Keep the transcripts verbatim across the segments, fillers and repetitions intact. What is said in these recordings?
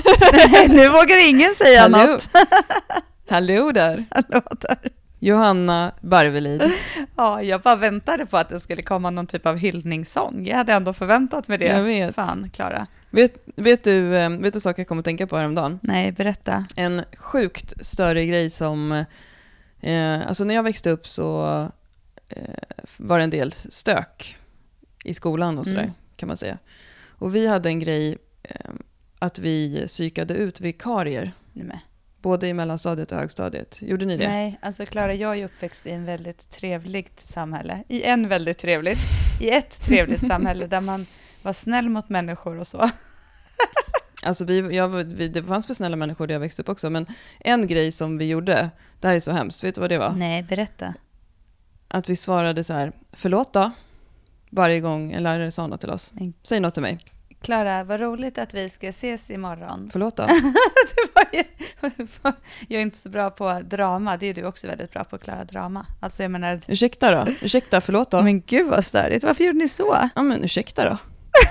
Nej, nu vågar ingen säga Hallå. något. Hallå där. Hallå där. Johanna Barvelid. Ja, jag bara väntade på att det skulle komma någon typ av hyllningssång. Jag hade ändå förväntat mig det. Jag vet. Fan, Klara. Vet, vet du vet du saker jag kommer att tänka på häromdagen? Nej, berätta. En sjukt större grej som... Eh, alltså när jag växte upp så eh, var det en del stök i skolan och sådär, Mm. kan man säga. Och vi hade en grej eh, att vi psykade ut vikarier. Nej, Både i mellanstadiet och högstadiet. Gjorde ni det? Nej, alltså Klara, jag är uppväxt i en väldigt trevligt samhälle. I en väldigt trevligt. I ett trevligt samhälle där man var snäll mot människor och så. Alltså vi, jag, vi, det fanns för snälla människor där jag växte upp också. Men en grej som vi gjorde, det här är så hemskt, vet du vad det var? Nej, berätta. Att vi svarade så här, förlåt då. Varje gång en lärare sa något till oss. Men- Säg något till mig. Klara, vad roligt att vi ska ses imorgon. Förlåt då. Det var ju, jag är inte så bra på drama. Det är du också väldigt bra på, Klara, drama. Alltså jag menar... Ursäkta då. Ursäkta, förlåt då. Men gud vad störigt. Varför gjorde ni så? Ja men ursäkta då.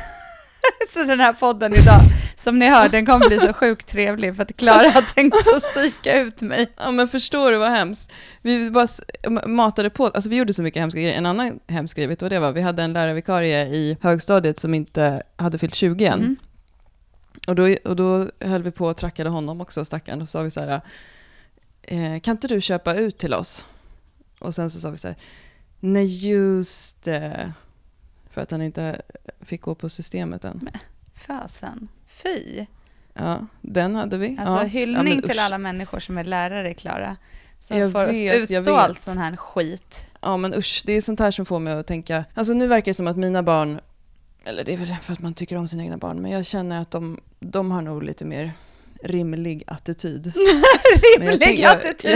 Så den här podden idag, som ni hör, den kommer bli så sjukt trevlig för att Klara har tänkt att psyka ut mig. Ja men förstår du vad hemskt. Vi bara s- matade på, alltså vi gjorde så mycket hemska grejer. En annan hemsk grej, vet du vad det var? Vi hade en lärarvikarie i högstadiet som inte hade fyllt tjugo än. Mm. Och, då, och då höll vi på och trackade honom också, stackaren. Och så sa vi så här, eh, kan inte du köpa ut till oss? Och sen så sa vi så här, nej just det. För att han inte fick gå på systemet än. Fasen. Fy. Ja, den hade vi. Alltså ja. hyllning ja, men, till usch. alla människor som är lärare, Klara. Som Jag får vet, jag utstå vet. allt sån här skit. Ja men usch, det är sånt här som får mig att tänka. Alltså nu verkar det som att mina barn, eller det är väl för att man tycker om sina egna barn, men jag känner att de, de har nog lite mer rimlig attityd. Rimlig jag, attityd.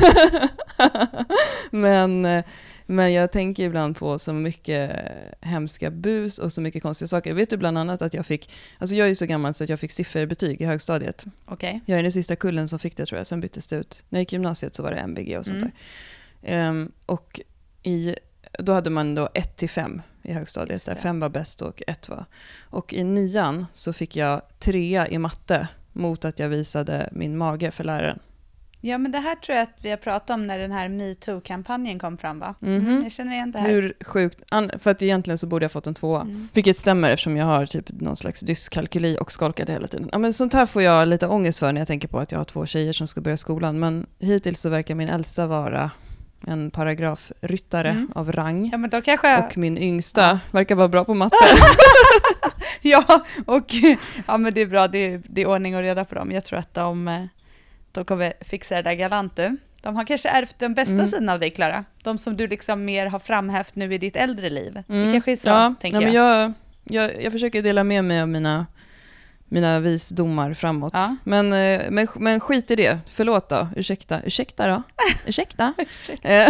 men, men jag tänker ibland på så mycket hemska bus och så mycket konstiga saker. Vet du bland annat att jag fick, alltså jag är så gammal så att jag fick sifferbetyg i högstadiet. Okej. Jag är den sista kullen som fick det tror jag, sen byttes det ut. När jag gick i gymnasiet så var det M V G och sånt Mm. där. Um, och i, då hade man då ett till fem i högstadiet, Just där det. fem var bäst och ett var. Och i nian så fick jag trea i matte mot att jag visade min mage för läraren. Ja, men det här tror jag att vi har pratat om när den här MeToo-kampanjen kom fram, va? Mhm. Mm, jag känner igen det här. Hur sjukt, an, för att egentligen så borde jag fått en tvåa. Mm. Vilket stämmer eftersom jag har typ någon slags dyskalkyli och skolkade hela tiden. Ja, men sånt här får jag lite ångest för när jag tänker på att jag har två tjejer som ska börja skolan. Men hittills så verkar min äldsta vara en paragrafryttare Mm. av rang. Ja, men då kanske jag... Och min yngsta verkar vara bra på matte. Ja, och ja, men det är bra. Det är, det är ordning och reda på dem. Jag tror att de, eh, de kommer fixa det där galant, du. De har kanske ärvt den bästa Mm. sidan av dig, Klara. De som du liksom mer har framhävt nu i ditt äldre liv. Mm. Det kanske är så, ja, tänker ja, men jag. jag, jag. Jag försöker dela med mig av mina, mina visdomar framåt. Ja. Men, eh, men, men skit i det. Förlåt då. Ursäkta. Ursäkta då. Ursäkta. Eh,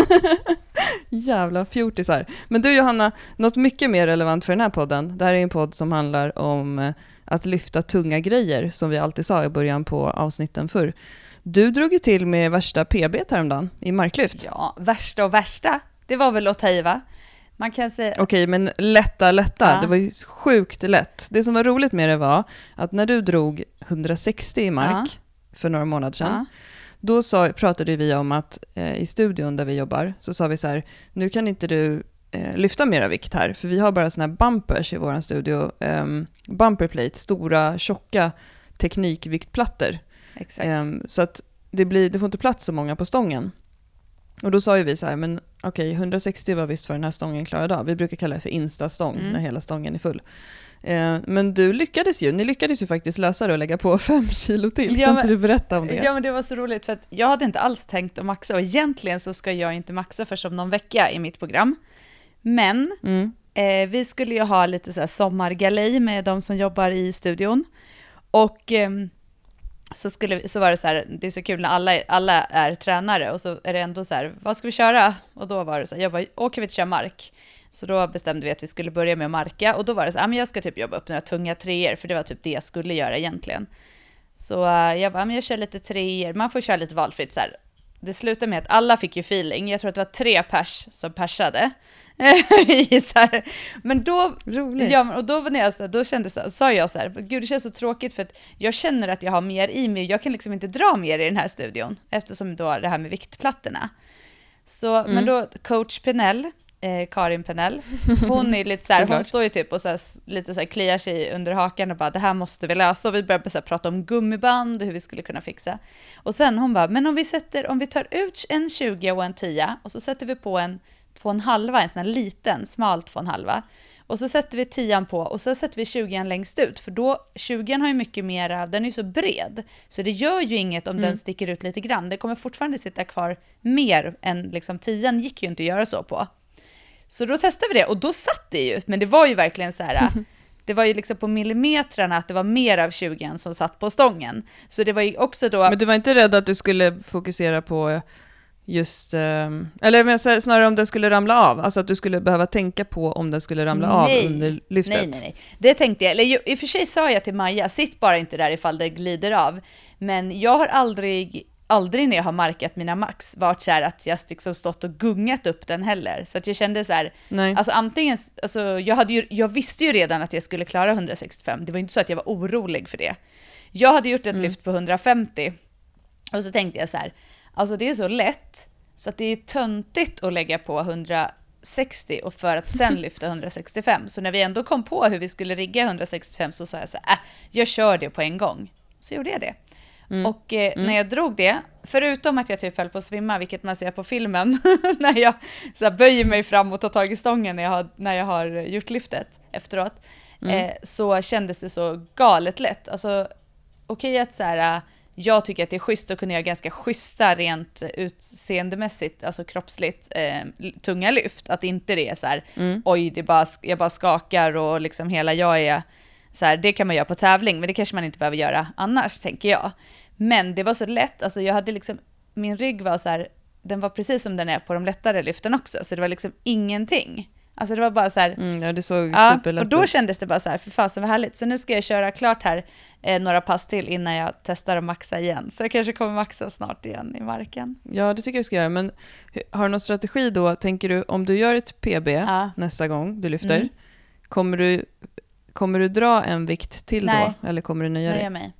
Jävla fjortisar. Men du Johanna, något mycket mer relevant för den här podden. Det här är en podd som handlar om eh, att lyfta tunga grejer, som vi alltid sa i början på avsnitten förr. Du drog ju till med värsta P B häromdagen i marklyft. Ja, värsta och värsta. Det var väl att ta i, va? Man kan säga... Okej, men lätta, lätta. Ja. Det var ju sjukt lätt. Det som var roligt med det var att när du drog hundrasextio i mark för några månader sedan, Ja. då sa, pratade vi om att eh, i studion där vi jobbar så sa vi så här, nu kan inte du eh, lyfta mera vikt här, för vi har bara såna här bumpers i våran studio, eh, bumperplate, stora, tjocka teknikviktplattor. Exakt. Eh, så att det, blir, det får inte plats så många på stången. Och då sa ju vi så här, men okej, hundrasextio var visst för den här stången klar idag. Vi brukar kalla det för instastång Mm. när hela stången är full. Eh, men du lyckades ju, ni lyckades ju faktiskt lösa det och lägga på fem kilo till. Ja, kan men- inte du berätta om det? Ja, men det var så roligt för att jag hade inte alls tänkt att maxa, och egentligen så ska jag inte maxa för som någon vecka i mitt program. Men Mm. eh, vi skulle ju ha lite så här sommargalej med de som jobbar i studion. Och ehm, så, skulle, vi- så var det så här, det är så kul när alla, alla är tränare och så är det ändå så här, vad ska vi köra? Och då var det så här, jag bara, åker vi till köra mark? Så då bestämde vi att vi skulle börja med att marka, och då var det så här, men jag ska typ jobba upp några tunga treor, för det var typ det jag skulle göra egentligen. Så uh, jag bara, men jag kör lite treor, man får köra lite valfritt så här, det slutade med att alla fick ju feeling. Jag tror att det var tre pers som persade. så här. Men då, ja, och då, när jag, så, då kände så, sa jag så här, gud det känns så tråkigt för att jag känner att jag har mer i mig. Jag kan liksom inte dra mer i den här studion eftersom då det här med viktplattorna. Så, mm. Men då coach Penell, eh, Karin Penell, hon är lite så här, hon står ju typ och så här, lite så här kliar sig under hakan och bara det här måste vi lösa, och vi började så här, prata om gummiband och hur vi skulle kunna fixa. Och sen hon bara, men om vi sätter, om vi tar ut en tjugo och en tio och så sätter vi på en två och en halva, en sån här liten, smal två och en halva. Och så sätter vi tian på och så sätter vi tjugon längst ut. För då, tjugon har ju mycket mer, den är ju så bred. Så det gör ju inget om mm. den sticker ut lite grann. Det kommer fortfarande sitta kvar mer än liksom tian gick ju inte att göra så på. Så då testade vi det och då satt det ju. Men det var ju verkligen så här, det var ju liksom på millimetrarna att det var mer av tjugon som satt på stången. Så det var ju också då... Men du var inte rädd att du skulle fokusera på... Just, um, eller men snarare om den skulle ramla av. Alltså att du skulle behöva tänka på om den skulle ramla nej, av under lyftet. Nej, nej, nej. Det tänkte jag. Eller i och för sig sa jag till Maja, sitt bara inte där ifall det glider av. Men jag har aldrig, aldrig när jag har markat mina max varit så här att jag liksom stått och gungat upp den heller. Så att jag kände så här, nej. Alltså antingen, alltså jag, hade ju, jag visste ju redan att jag skulle klara hundrasextiofem. Det var inte så att jag var orolig för det. Jag hade gjort ett mm. lyft på hundrafemtio. Och så tänkte jag så här, alltså det är så lätt så att det är töntigt att lägga på hundrasextio och för att sen lyfta hundrasextiofem. Så när vi ändå kom på hur vi skulle rigga hundrasextiofem så sa jag så här, äh, jag kör det på en gång. Så gjorde jag det. Mm. Och eh, mm. när jag drog det, förutom att jag typ höll på att svimma, vilket man ser på filmen, när jag så här, böjer mig fram och tar tag i stången när jag har, när jag har gjort lyftet efteråt, mm. eh, så kändes det så galet lätt. Alltså okej att så här... Jag tycker att det är schysst att kunna göra ganska schyssta rent utseendemässigt, alltså kroppsligt, eh, tunga lyft. Att inte det är så här, mm. oj, det bara, jag bara skakar och liksom hela jag är så här, det kan man göra på tävling, men det kanske man inte behöver göra annars, tänker jag. Men det var så lätt, alltså jag hade liksom, min rygg var så här, den var precis som den är på de lättare lyften också, så det var liksom ingenting. Alltså det var bara så här, mm, ja, det såg ja, superlätt och då ut. Kändes det bara så här, för fasen vad härligt. Så nu ska jag köra klart här eh, några pass till innan jag testar att maxa igen. Så jag kanske kommer maxa snart igen i marken. Ja, det tycker jag ska göra. Men har du någon strategi då? Tänker du, om du gör ett P B ja. nästa gång du lyfter, mm. kommer, du, kommer du dra en vikt till Nej. då? Eller kommer du nöja dig? mig.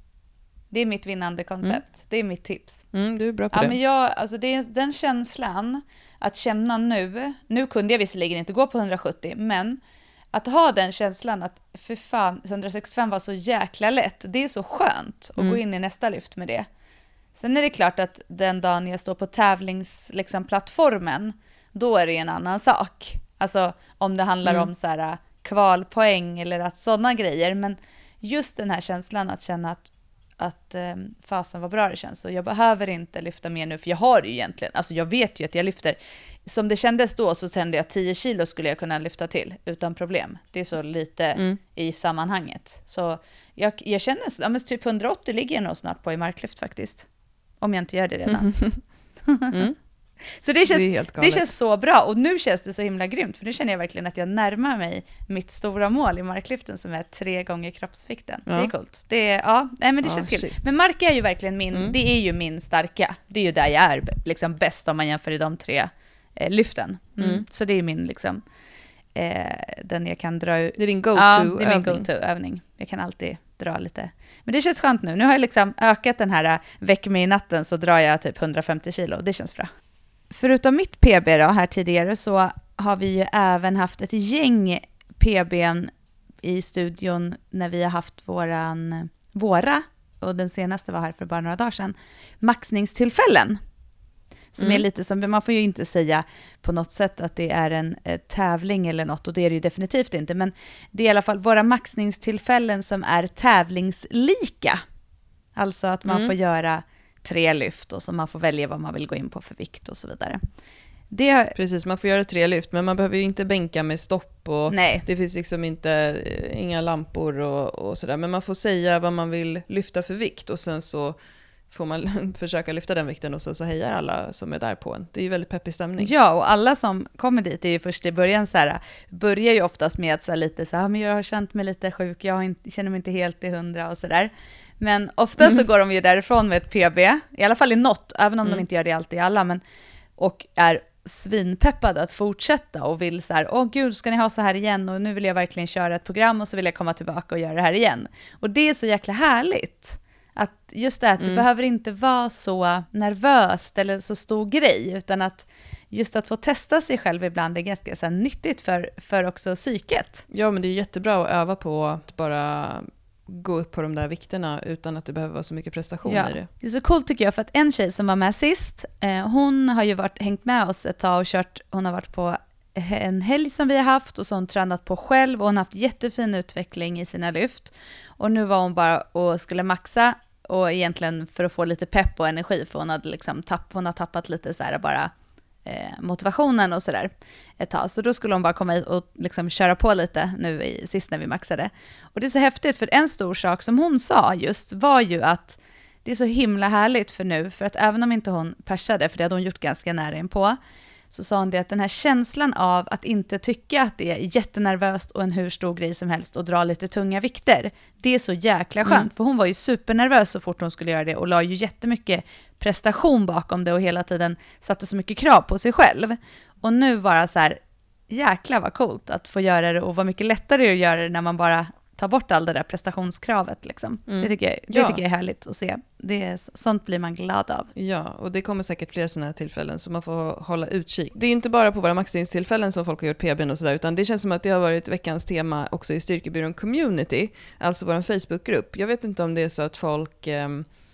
Det är mitt vinnande koncept. Mm. Det är mitt tips. Mm, du är bra på ja, det. Men jag, alltså det är den känslan att känna nu, nu kunde jag visserligen inte gå på hundrasjuttio, men att ha den känslan att för fan, hundrasextiofem var så jäkla lätt. Det är så skönt att mm. gå in i nästa lyft med det. Sen är det klart att den dagen jag står på tävlingsplattformen, liksom, då är det en annan sak. Alltså om det handlar mm. om så här, kvalpoäng eller att sådana grejer. Men just den här känslan att känna att att eh, fasen vad bra det känns, och jag behöver inte lyfta mer nu, för jag har det ju egentligen, alltså jag vet ju att jag lyfter, som det kändes då så kände jag tio kilo skulle jag kunna lyfta till utan problem, det är så lite mm. i sammanhanget, så jag, jag känner, ja men typ hundraåttio ligger jag nog snart på i marklyft faktiskt, om jag inte gör det redan. Mm. Så det känns, det, det känns så bra, och nu känns det så himla grymt, för nu känner jag verkligen att jag närmar mig mitt stora mål i marklyften som är tre gånger kroppsvikten. Ja. Det är coolt. Det är, ja, nej, men det känns ja, kul. Men mark är ju verkligen min, mm. det är ju min starka. Det är ju där jag är liksom bäst om man jämför i de tre eh, lyften. Mm. Mm. Så det är min liksom, eh, den jag kan dra ut. Det är din go-to ja, det är min övning. go-to-övning. Jag kan alltid dra lite. Men det känns skönt nu. Nu har jag liksom ökat den här, väck mig i natten så drar jag typ hundrafemtio kilo. Det känns bra. Förutom mitt P B då, här tidigare, så har vi ju även haft ett gäng P B:n i studion när vi har haft våran, våra, och den senaste var här för bara några dagar sedan, maxningstillfällen. Som mm. är lite som, man får ju inte säga på något sätt att det är en eh, tävling eller något, och det är det ju definitivt inte, men det är i alla fall våra maxningstillfällen som är tävlingslika. Alltså att man mm. får göra tre lyft och så man får välja vad man vill gå in på för vikt och så vidare. Det har... Precis, man får göra tre lyft, men man behöver ju inte bänka med stopp och Nej. det finns liksom inte inga lampor och, och sådär, men man får säga vad man vill lyfta för vikt och sen så får man försöka lyfta den vikten och så, så hejar alla som är där på en. Det är ju väldigt peppig stämning. Ja, och alla som kommer dit är ju först i början så här, börjar ju oftast med att så här, lite så här, men jag har känt mig lite sjuk, jag har inte, känner mig inte helt i hundra och sådär. Men ofta mm. så går de ju därifrån med ett P B, i alla fall i något, även om mm. de inte gör det alltid i alla, men, och är svinpeppade att fortsätta och vill så här, åh gud, ska ni ha så här igen och nu vill jag verkligen köra ett program och så vill jag komma tillbaka och göra det här igen. Och det är så jäkla härligt. Att just det, att det mm. behöver inte vara så nervöst eller så stor grej, utan att just att få testa sig själv ibland är ganska så här nyttigt för, för också psyket. Ja, men det är jättebra att öva på att bara gå upp på de där vikterna utan att det behöver vara så mycket prestation ja. i det. Det är så coolt tycker jag, för att en tjej som var med sist, eh, hon har ju varit, hängt med oss ett tag och kört, hon har varit på en helg som vi har haft och så har hon tränat på själv och hon har haft jättefin utveckling i sina lyft. Och nu var hon bara och skulle maxa och egentligen för att få lite pepp och energi, för hon hade liksom tapp, hon har tappat lite så här bara eh, motivationen och sådär ett tag. Så då skulle hon bara komma hit och liksom köra på lite nu i, sist när vi maxade. Och det är så häftigt, för en stor sak som hon sa just var ju att det är så himla härligt för nu, för att även om inte hon persade, för det hade hon gjort ganska nära in på, så sa hon det att den här känslan av att inte tycka att det är jättenervöst och en hur stor grej som helst och dra lite tunga vikter, det är så jäkla skönt. Mm. För hon var ju supernervös så fort hon skulle göra det och la ju jättemycket prestation bakom det och hela tiden satte så mycket krav på sig själv. Och nu bara så här, jäkla vad coolt att få göra det och vad mycket lättare att göra det när man bara tar bort all det där prestationskravet. Liksom. Mm. Det, tycker jag, det ja. tycker jag är härligt att se. Det är, sånt blir man glad av. Ja, och det kommer säkert fler sådana här tillfällen så man får hålla utkik. Det är inte bara på våra maxningstillfällen som folk har gjort P B:n och sådär, utan det känns som att det har varit veckans tema också i Styrkebyrån Community, alltså vår Facebookgrupp. Jag vet inte om det är så att folk eh,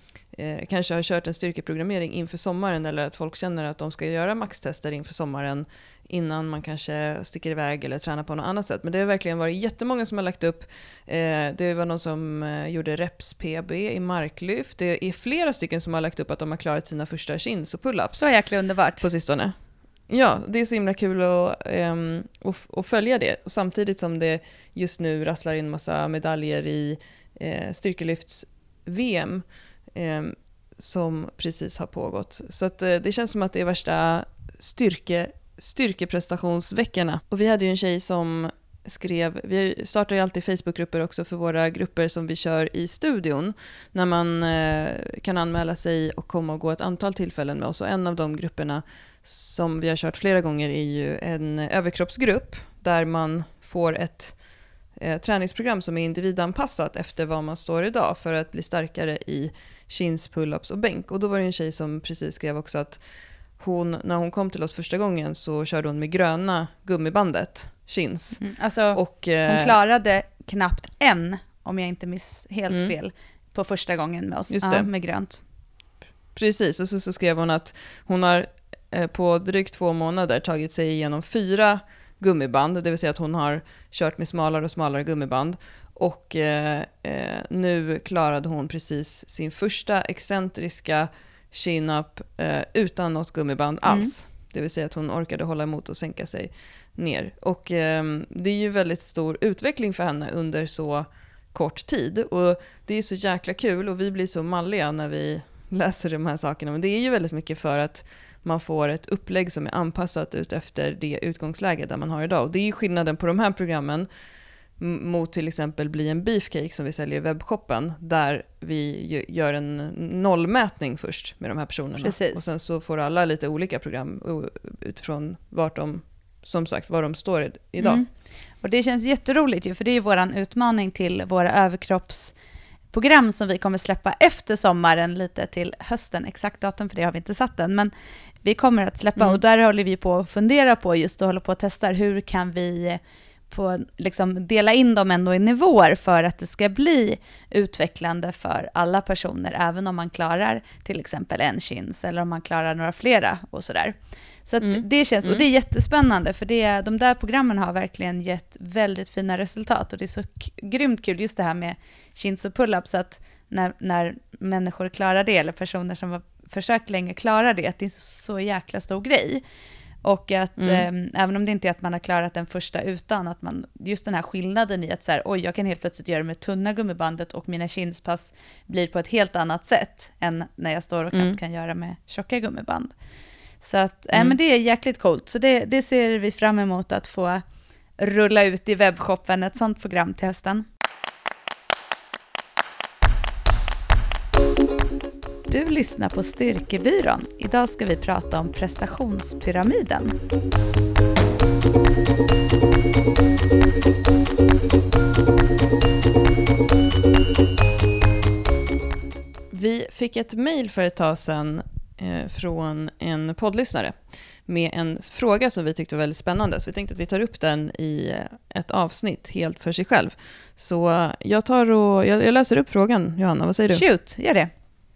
eh, kanske har kört en styrkeprogrammering inför sommaren, eller att folk känner att de ska göra maxtester inför sommaren innan man kanske sticker iväg eller tränar på något annat sätt. Men det har verkligen varit jättemånga som har lagt upp. Eh, det var någon som eh, gjorde reps P B i marklyft. Det är flera stycken som har lagt upp att de har klarat sina första chins och pull-ups. Så jäkla underbart. På sistone. Ja, det är så himla kul att, um, att, att följa det. Och samtidigt som det just nu rasslar in massa medaljer i eh, styrkelyfts-V M eh, som precis har pågått. Så att, eh, det känns som att det är värsta styrke styrkeprestationsveckorna. Och vi hade ju en tjej som skrev, vi startar ju alltid Facebookgrupper också för våra grupper som vi kör i studion, när man eh, kan anmäla sig och komma och gå ett antal tillfällen med oss. Och en av de grupperna som vi har kört flera gånger är ju en överkroppsgrupp där man får ett eh, träningsprogram som är individanpassat efter vad man står idag för att bli starkare i chins, pull-ups och bänk. Och då var det en tjej som precis skrev också att hon, när hon kom till oss första gången så körde hon med gröna gummibandet, chins. Mm, alltså och, eh, hon klarade knappt en, om jag inte miss helt mm. fel, på första gången med oss. Just det. Ja, med grönt. Precis, och så, så skrev hon att hon har eh, på drygt två månader tagit sig igenom fyra gummiband, det vill säga att hon har kört med smalare och smalare gummiband. Och eh, eh, nu klarade hon precis sin första excentriska chin-up eh, utan något gummiband mm. alls. Det vill säga att hon orkade hålla emot och sänka sig ner. Och eh, det är ju väldigt stor utveckling för henne under så kort tid. Och det är så jäkla kul och vi blir så malliga när vi läser de här sakerna. Men det är ju väldigt mycket för att man får ett upplägg som är anpassat ut efter det utgångsläge där man har idag. Och det är ju skillnaden på de här programmen mot till exempel Bli en beefcake som vi säljer i webbshoppen, där vi gör en nollmätning först med de här personerna. Precis. Och sen så får alla lite olika program utifrån vart de, som sagt, var de står idag. Mm. Och det känns jätteroligt ju, för det är våran utmaning till våra överkroppsprogram som vi kommer släppa efter sommaren, lite till hösten. Exakt datum för det har vi inte satt än, men vi kommer att släppa mm. och där håller vi på att fundera på just och hålla på att testa hur kan vi på liksom dela in dem ändå i nivåer för att det ska bli utvecklande för alla personer, även om man klarar till exempel en chins eller om man klarar några flera och sådär. Så att mm. det känns, och det är jättespännande, för det, de där programmen har verkligen gett väldigt fina resultat och det är så k- grymt kul just det här med chins och pull-ups, att när, när människor klarar det, eller personer som har försökt länge klara det, att det är så, så jäkla stor grej. Och att Mm. eh, även om det inte är att man har klarat den första utan, att man, just den här skillnaden i att så här, oj, jag kan helt plötsligt göra med tunna gummibandet och mina kinspass blir på ett helt annat sätt än när jag står och knappt Mm. kan göra med tjocka gummiband. Så att, eh, Mm. men det är jäkligt coolt. Så det, det ser vi fram emot att få rulla ut i webbshoppen, ett sånt program till hösten. Du lyssnar på Styrkebyrån. Idag ska vi prata om prestationspyramiden. Vi fick ett mejl för ett tag sedan eh, från en poddlyssnare med en fråga som vi tyckte var väldigt spännande. Så vi tänkte att vi tar upp den i ett avsnitt helt för sig själv. Så jag tar och jag, jag läser upp frågan, Johanna. Vad säger du? Shoot, gör det.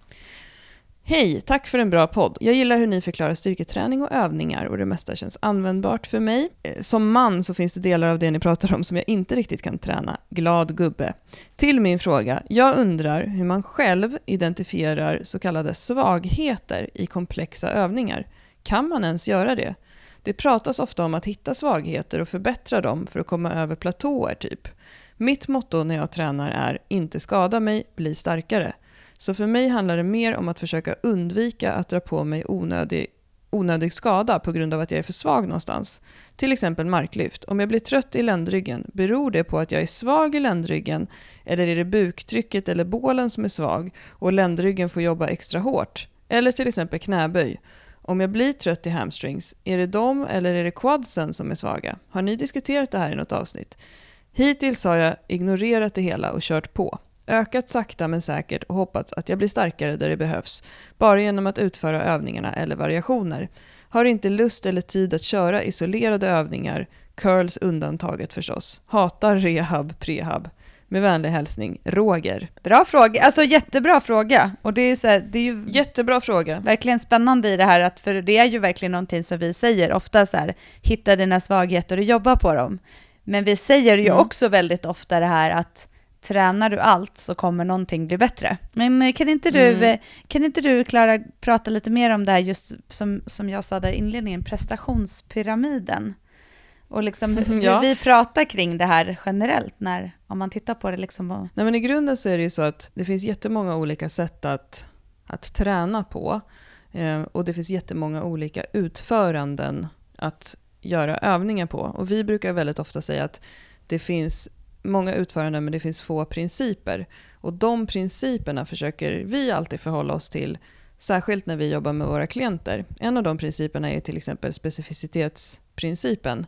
Hej, tack för en bra podd. Jag gillar hur ni förklarar styrketräning och övningar och det mesta känns användbart för mig. Som man så finns det delar av det ni pratar om som jag inte riktigt kan träna. Glad gubbe. Till min fråga, jag undrar hur man själv identifierar så kallade svagheter i komplexa övningar. Kan man ens göra det? Det pratas ofta om att hitta svagheter och förbättra dem för att komma över platåer typ. Mitt motto när jag tränar är inte skada mig, bli starkare. Så för mig handlar det mer om att försöka undvika att dra på mig onödig, onödig skada på grund av att jag är för svag någonstans. Till exempel marklyft. Om jag blir trött i ländryggen, beror det på att jag är svag i ländryggen eller är det buktrycket eller bålen som är svag och ländryggen får jobba extra hårt? Eller till exempel knäböj. Om jag blir trött i hamstrings, är det de eller är det quadsen som är svaga? Har ni diskuterat det här i något avsnitt? Hittills har jag ignorerat det hela och kört på. Ökat sakta men säkert och hoppats att jag blir starkare där det behövs. Bara genom att utföra övningarna eller variationer. Har inte lust eller tid att köra isolerade övningar. Curls undantaget förstås. Hatar rehab, prehab. Med vänlig hälsning, Roger. Bra fråga, alltså jättebra fråga. Och det är, så här, det är ju Jättebra fråga. verkligen spännande i det här, att för det är ju verkligen någonting som vi säger ofta så här, hitta dina svagheter och jobba på dem. Men vi säger ju Mm. också väldigt ofta det här att tränar du allt så kommer någonting bli bättre. Men kan inte du, Mm. kan inte du Klara, prata lite mer om det här just som, som jag sa där i inledningen, prestationspyramiden? Och liksom hur, Ja. hur vi pratar kring det här generellt, när, om man tittar på det liksom. Och... Nej, men i grunden så är det ju så att det finns jättemånga olika sätt att, att träna på. Eh, och det finns jättemånga olika utföranden att göra övningar på. Och vi brukar väldigt ofta säga att det finns många utföranden men det finns få principer. Och de principerna försöker vi alltid förhålla oss till, särskilt när vi jobbar med våra klienter. En av de principerna är till exempel specificitetsprincipen.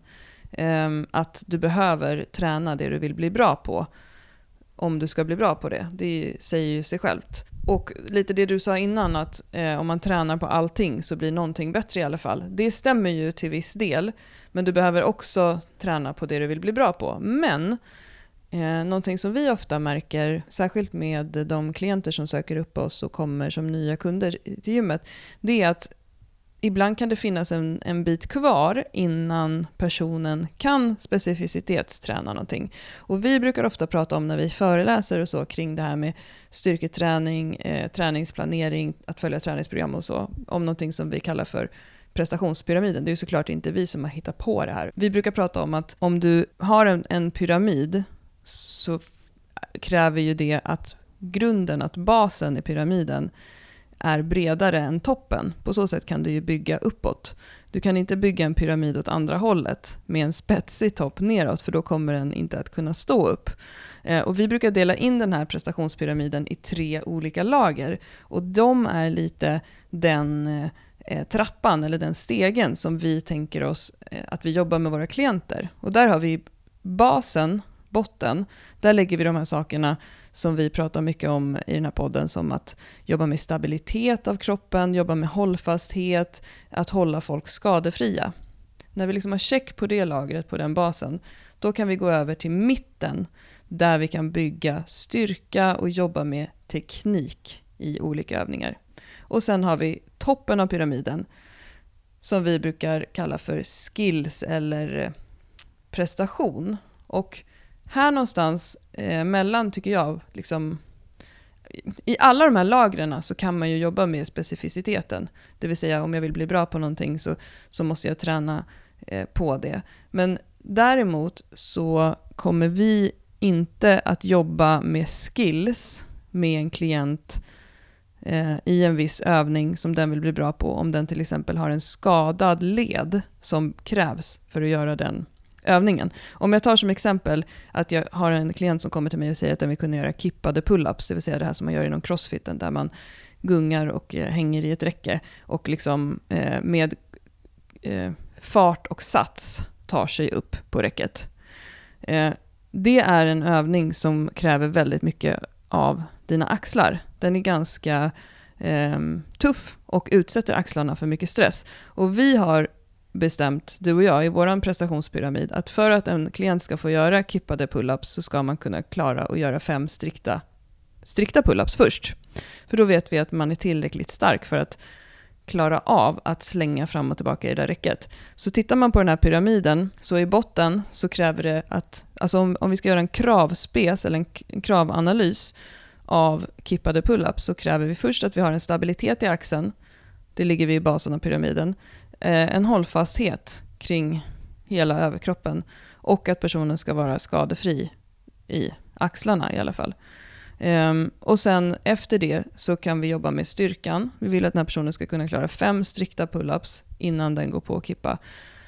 Um, att du behöver träna det du vill bli bra på om du ska bli bra på det. Det säger ju sig självt. Och lite det du sa innan, att eh, om man tränar på allting så blir någonting bättre i alla fall. Det stämmer ju till viss del, men du behöver också träna på det du vill bli bra på. Men eh, någonting som vi ofta märker, särskilt med de klienter som söker upp oss och kommer som nya kunder till gymmet, det är att ibland kan det finnas en, en bit kvar innan personen kan specificitetsträna någonting. Och vi brukar ofta prata om när vi föreläser och så kring det här med styrketräning, eh, träningsplanering, att följa träningsprogram och så, om någonting som vi kallar för prestationspyramiden. Det är ju såklart inte vi som har hittat på det här. Vi brukar prata om att om du har en, en pyramid så f- kräver ju det att grunden, att basen i pyramiden är bredare än toppen. På så sätt kan du ju bygga uppåt. Du kan inte bygga en pyramid åt andra hållet med en spetsig topp neråt, för då kommer den inte att kunna stå upp. Eh, och vi brukar dela in den här prestationspyramiden i tre olika lager. Och de är lite den eh, trappan eller den stegen som vi tänker oss eh, att vi jobbar med våra klienter. Och där har vi basen, botten. Där lägger vi de här sakerna som vi pratar mycket om i den här podden, som att jobba med stabilitet av kroppen, jobba med hållfasthet, att hålla folk skadefria. När vi liksom har check på det lagret, på den basen, då kan vi gå över till mitten där vi kan bygga styrka och jobba med teknik i olika övningar. Och sen har vi toppen av pyramiden som vi brukar kalla för skills eller prestation. Och här någonstans eh, mellan, tycker jag, liksom, i alla de här lagren så kan man ju jobba med specificiteten. Det vill säga om jag vill bli bra på någonting så, så måste jag träna eh, på det. Men däremot så kommer vi inte att jobba med skills med en klient eh, i en viss övning som den vill bli bra på. Om den till exempel har en skadad led som krävs för att göra den övningen. Om jag tar som exempel att jag har en klient som kommer till mig och säger att den vill kunna göra kippade pull-ups, det vill säga det här som man gör inom crossfiten där man gungar och eh, hänger i ett räcke och liksom eh, med eh, fart och sats tar sig upp på räcket. Eh, det är en övning som kräver väldigt mycket av dina axlar. Den är ganska eh, tuff och utsätter axlarna för mycket stress. Och vi har bestämt, du och jag, i vår prestationspyramid att för att en klient ska få göra kippade pull-ups så ska man kunna klara att göra fem strikta, strikta pull-ups först. För då vet vi att man är tillräckligt stark för att klara av att slänga fram och tillbaka i det där räcket. Så tittar man på den här pyramiden så i botten så kräver det att, alltså om, om vi ska göra en kravspec eller en, en kravanalys av kippade pull-ups så kräver vi först att vi har en stabilitet i axeln. Det ligger vi i basen av pyramiden. Eh, en hållfasthet kring hela överkroppen och att personen ska vara skadefri i axlarna i alla fall. Um, och sen efter det så kan vi jobba med styrkan. Vi vill att den här personen ska kunna klara fem strikta pull-ups innan den går på att kippa.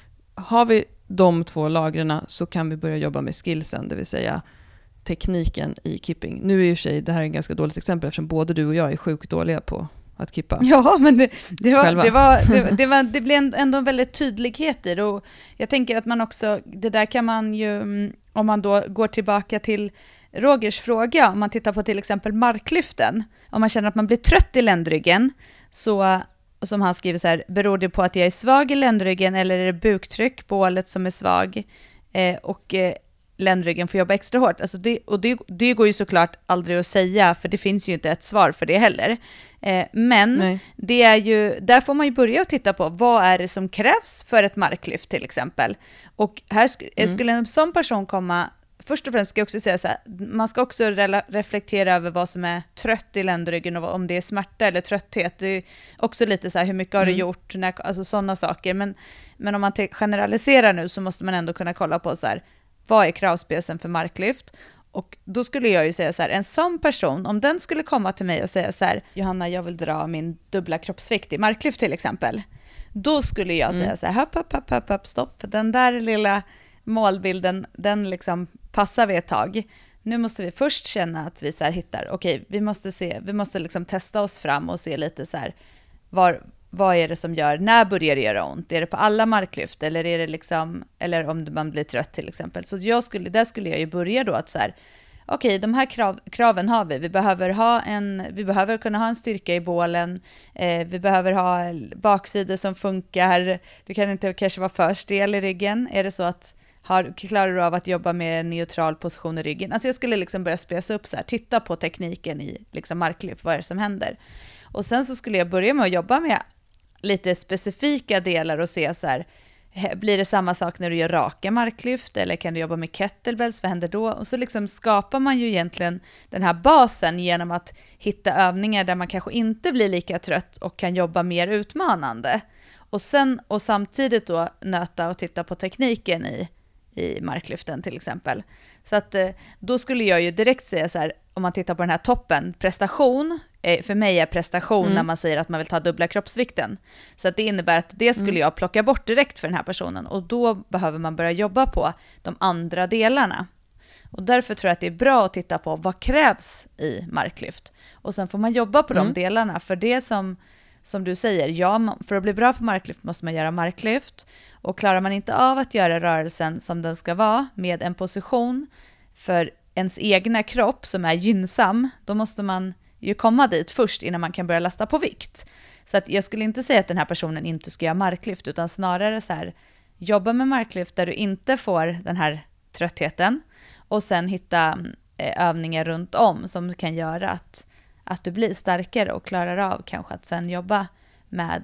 Har vi de två lagren så kan vi börja jobba med skillsen, det vill säga tekniken i kipping. Nu är ju sig, det här är en ganska dåligt exempel eftersom både du och jag är sjukt dåliga på att kippa. Ja, men det, det, var, det, var, det, det, var, det blev ändå en väldigt tydlighet i det. Och jag tänker att man också, det där kan man ju, om man då går tillbaka till Rogers fråga, om man tittar på till exempel marklyften, om man känner att man blir trött i ländryggen, så som han skriver så här, beror det på att jag är svag i ländryggen eller är det buktryck, bålet som är svag eh, och eh, ländryggen får jobba extra hårt. Alltså det, och det, det går ju såklart aldrig att säga, för det finns ju inte ett svar för det heller. Eh, men Nej. det är ju, där får man ju börja och titta på vad är det som krävs för ett marklyft till exempel. Och här sk- mm. skulle en sån person komma. Först och främst ska jag också säga så här, man ska också re- reflektera över vad som är trött i ländryggen och om det är smärta eller trötthet. Det är också lite så här, hur mycket har du mm. gjort, när, alltså sådana saker. Men, men om man te- generaliserar nu så måste man ändå kunna kolla på så här, vad är kravspecen för marklyft? Och då skulle jag ju säga så här, en sån person, om den skulle komma till mig och säga så här, Johanna, jag vill dra min dubbla kroppsvikt i marklyft till exempel. Då skulle jag mm. säga så här, hopp, hopp, hopp, hopp, hopp, stopp. Den där lilla målbilden, den liksom passar vi ett tag. Nu måste vi först känna att vi så här hittar, okej, okay, vi måste se, vi måste liksom testa oss fram och se lite så här, var, vad är det som gör, när börjar det göra ont? Är det på alla marklyft eller är det liksom, eller om man blir trött till exempel. Så jag skulle, där skulle jag ju börja då att så här, okej, okay, de här krav, kraven har vi. Vi behöver ha en, vi behöver kunna ha en styrka i bålen. Eh, vi behöver ha baksidor som funkar. Det kan inte kanske vara för stel i ryggen. Är det så att Har, klarar du av att jobba med neutral position i ryggen? Alltså jag skulle liksom börja spesa upp så här, titta på tekniken i liksom marklyft, vad är det som händer? Och sen så skulle jag börja med att jobba med lite specifika delar och se så här, blir det samma sak när du gör raka marklyft eller kan du jobba med kettlebells, vad händer då? Och så liksom skapar man ju egentligen den här basen genom att hitta övningar där man kanske inte blir lika trött och kan jobba mer utmanande. Och sen och samtidigt då nöta och titta på tekniken i i marklyften till exempel. Så att då skulle jag ju direkt säga så här, om man tittar på den här toppen, prestation, för mig är prestation mm. när man säger att man vill ta dubbla kroppsvikten. Så att det innebär att det skulle mm. jag plocka bort direkt för den här personen och då behöver man börja jobba på de andra delarna. Och därför tror jag att det är bra att titta på vad krävs i marklyft. Och sen får man jobba på mm. de delarna, för det som Som du säger, ja, för att bli bra på marklyft måste man göra marklyft. Och klarar man inte av att göra rörelsen som den ska vara med en position för ens egna kropp som är gynnsam, då måste man ju komma dit först innan man kan börja lasta på vikt. Så att jag skulle inte säga att den här personen inte ska göra marklyft, utan snarare så här, jobba med marklyft där du inte får den här tröttheten och sen hitta övningar runt om som kan göra att att du blir starkare och klarar av kanske att sen jobba med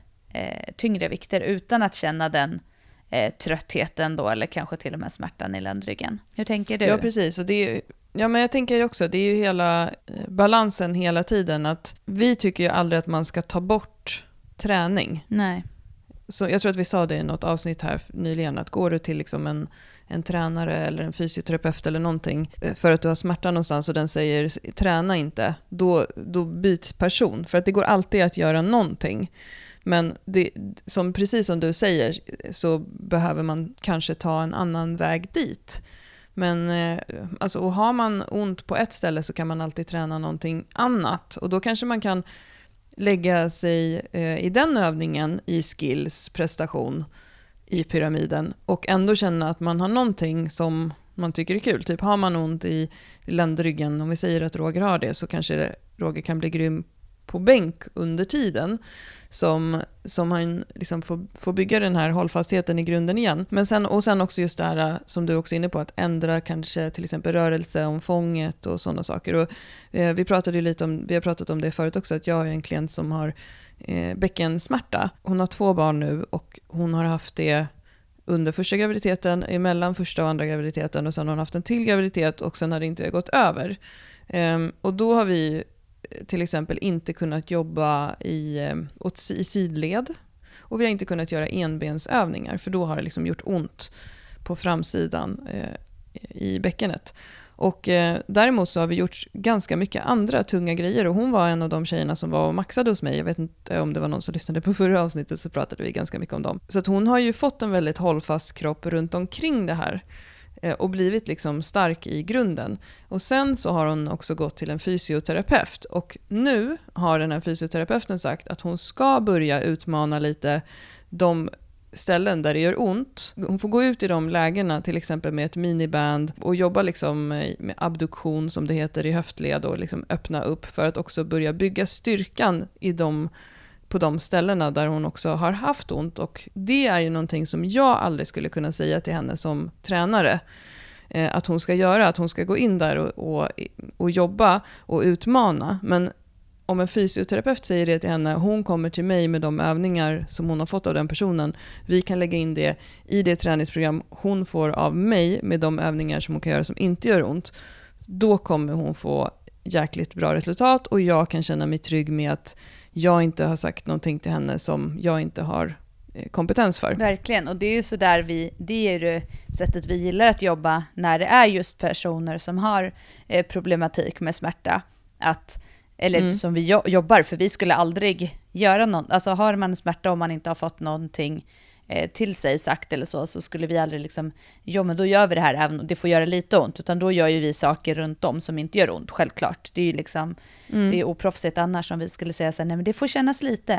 eh, tyngre vikter utan att känna den eh, tröttheten då, eller kanske till och med smärtan i ländryggen. Hur tänker du? Ja, precis. Och det är, Ja, men jag tänker också, det är ju hela balansen hela tiden, att vi tycker ju aldrig att man ska ta bort träning. Nej. Så jag tror att vi sa det i något avsnitt här nyligen, att går du till liksom en, en tränare eller en fysioterapeut eller någonting för att du har smärta någonstans och den säger träna inte, då, då byts person. För att det går alltid att göra någonting. Men det, som, precis som du säger, så behöver man kanske ta en annan väg dit. Men eh, alltså, och har man ont på ett ställe så kan man alltid träna någonting annat. Och då kanske man kan lägga sig eh, i den övningen i skills, prestation i pyramiden. Och ändå känna att man har någonting som man tycker är kul. Typ har man ont i ländryggen, om vi säger att Roger har det, så kanske Roger kan bli grym på bänk under tiden. Som, som han liksom får, får bygga den här hållfastheten i grunden igen. Men sen, och sen också just det här som du också är inne på, att ändra kanske till exempel rörelseomfånget och sådana saker. Och, eh, vi pratade ju lite om, vi har pratat om det förut också, att jag har en klient som har eh, bäckensmärta. Hon har två barn nu och hon har haft det under första graviditeten, emellan första och andra graviditeten, och sen har hon haft en till graviditet och sen har det inte gått över. Eh, och då har vi till exempel inte kunnat jobba i, i sidled, och vi har inte kunnat göra enbensövningar, för då har det liksom gjort ont på framsidan eh, i bäckenet. Och eh, däremot så har vi gjort ganska mycket andra tunga grejer, och hon var en av de tjejerna som var och maxade hos mig. Jag vet inte om det var någon som lyssnade på förra avsnittet, så pratade vi ganska mycket om dem. Så att hon har ju fått en väldigt hållfast kropp runt omkring det här och blivit liksom stark i grunden. Och sen så har hon också gått till en fysioterapeut. Och nu har den här fysioterapeuten sagt att hon ska börja utmana lite de ställen där det gör ont. Hon får gå ut i de lägena, till exempel med ett miniband, och jobba liksom med abduktion som det heter i höftled, och liksom öppna upp för att också börja bygga styrkan i de på de ställena där hon också har haft ont. Och det är ju någonting som jag aldrig skulle kunna säga till henne som tränare eh, att hon ska göra, att hon ska gå in där och, och, och jobba och utmana. Men om en fysioterapeut säger det till henne, hon kommer till mig med de övningar som hon har fått av den personen, vi kan lägga in det i det träningsprogram hon får av mig med de övningar som hon kan göra som inte gör ont, då kommer hon få jäkligt bra resultat, och jag kan känna mig trygg med att jag inte har sagt någonting till henne som jag inte har kompetens för. Verkligen, och det är ju så där vi, det är ju sättet vi gillar att jobba när det är just personer som har eh, problematik med smärta, att, eller mm. som vi jo- jobbar, för vi skulle aldrig göra något, alltså har man smärta och man inte har fått någonting eh, till sig sagt eller så, så skulle vi aldrig liksom, jo men då gör vi det här även om det får göra lite ont, utan då gör ju vi saker runt om som inte gör ont, självklart. Det är ju liksom, mm. det är oproffsigt annars om vi skulle säga så här, nej men det får kännas lite.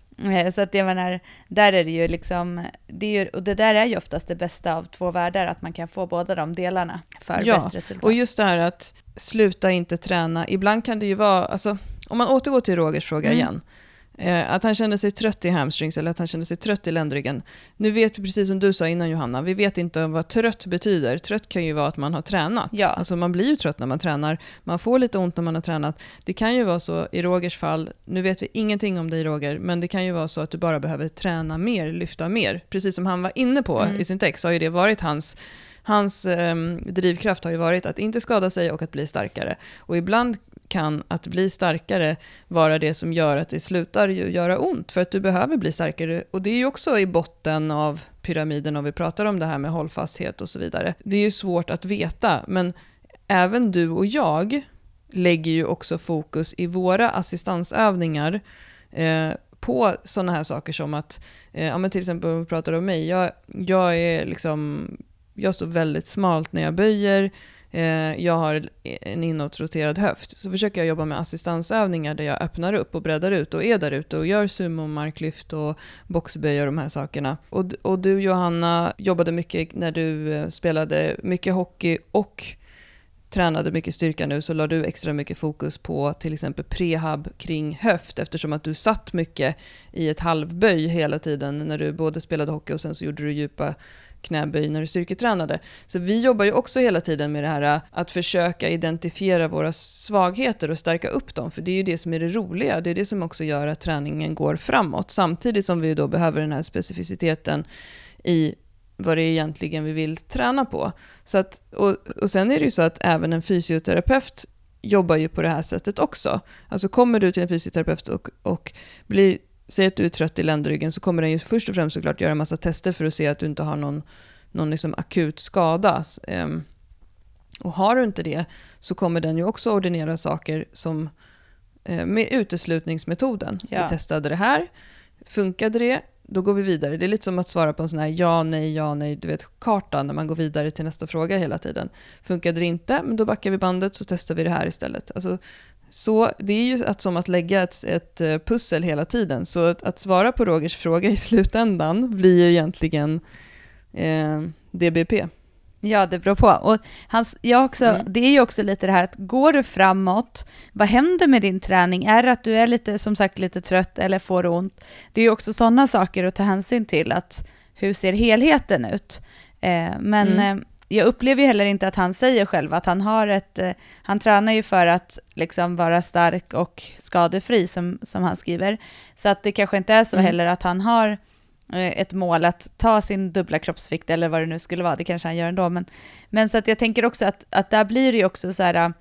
Så att jag menar, där är det ju liksom, det är ju, och det där är ju oftast det bästa av två världar, att man kan få båda de delarna för ja, bäst resultat. Och just det här att sluta inte träna, ibland kan det ju vara, alltså om man återgår till Rogers fråga mm. igen, eh, att han känner sig trött i hamstrings eller att han känner sig trött i ländryggen. Nu vet vi, precis som du sa innan Johanna, vi vet inte vad trött betyder. Trött kan ju vara att man har tränat. Ja. Alltså man blir ju trött när man tränar. Man får lite ont när man har tränat. Det kan ju vara så i Rogers fall, nu vet vi ingenting om dig Roger, men det kan ju vara så att du bara behöver träna mer, lyfta mer. Precis som han var inne på mm. i sin text, så har ju det varit hans Hans eh, drivkraft har ju varit att inte skada sig och att bli starkare. Och ibland kan att bli starkare vara det som gör att det slutar göra ont, för att du behöver bli starkare. Och det är ju också i botten av pyramiden om vi pratar om det här med hållfasthet och så vidare. Det är ju svårt att veta, men även du och jag lägger ju också fokus i våra assistansövningar eh, på sådana här saker som att, eh, ja men till exempel om vi pratar om mig, jag, jag är liksom... Jag står väldigt smalt när jag böjer. Eh, jag har en inåtroterad höft. Så försöker jag jobba med assistansövningar där jag öppnar upp och breddar ut och är där ute och gör sumo, marklyft och boxböj och de här sakerna. Och, och du Johanna jobbade mycket när du spelade mycket hockey och tränade mycket styrka nu, så la du extra mycket fokus på till exempel prehab kring höft, eftersom att du satt mycket i ett halvböj hela tiden när du både spelade hockey och sen så gjorde du djupa knäböj när du styrketränade. Så vi jobbar ju också hela tiden med det här att försöka identifiera våra svagheter och stärka upp dem, för det är ju det som är det roliga. Det är det som också gör att träningen går framåt, samtidigt som vi då behöver den här specificiteten i vad det är egentligen vi vill träna på. Så att, och, och sen är det ju så att även en fysioterapeut jobbar ju på det här sättet också. Alltså kommer du till en fysioterapeut och, och blir, säger att du är trött i ländryggen, så kommer den ju först och främst såklart göra en massa tester för att se att du inte har någon, någon liksom akut skada. Um, och har du inte det, så kommer den ju också ordinera saker som uh, med uteslutningsmetoden. Ja. Vi testade det här, funkade det, då går vi vidare. Det är lite som att svara på en sån här ja, nej, ja, nej, du vet, karta när man går vidare till nästa fråga hela tiden. Funkade det inte, men då backar vi bandet, så testar vi det här istället. Alltså, så det är ju att, som att lägga ett, ett pussel hela tiden. Så att, att svara på Rogers fråga i slutändan blir ju egentligen eh, D B P. Ja, det beror på. Och hans, jag också, mm. det är ju också lite det här att går du framåt, vad händer med din träning? Är det att du är lite, som sagt, lite trött eller får ont? Det är ju också sådana saker att ta hänsyn till, att hur ser helheten ut? Eh, men mm. eh, jag upplever ju heller inte att han säger själv att han har ett, eh, han tränar ju för att liksom vara stark och skadefri, som, som han skriver. Så att det kanske inte är så mm. heller att han har ett mål att ta sin dubbla kroppsvikt eller vad det nu skulle vara, det kanske han gör ändå, men, men så att jag tänker också att, att där blir det ju också så här,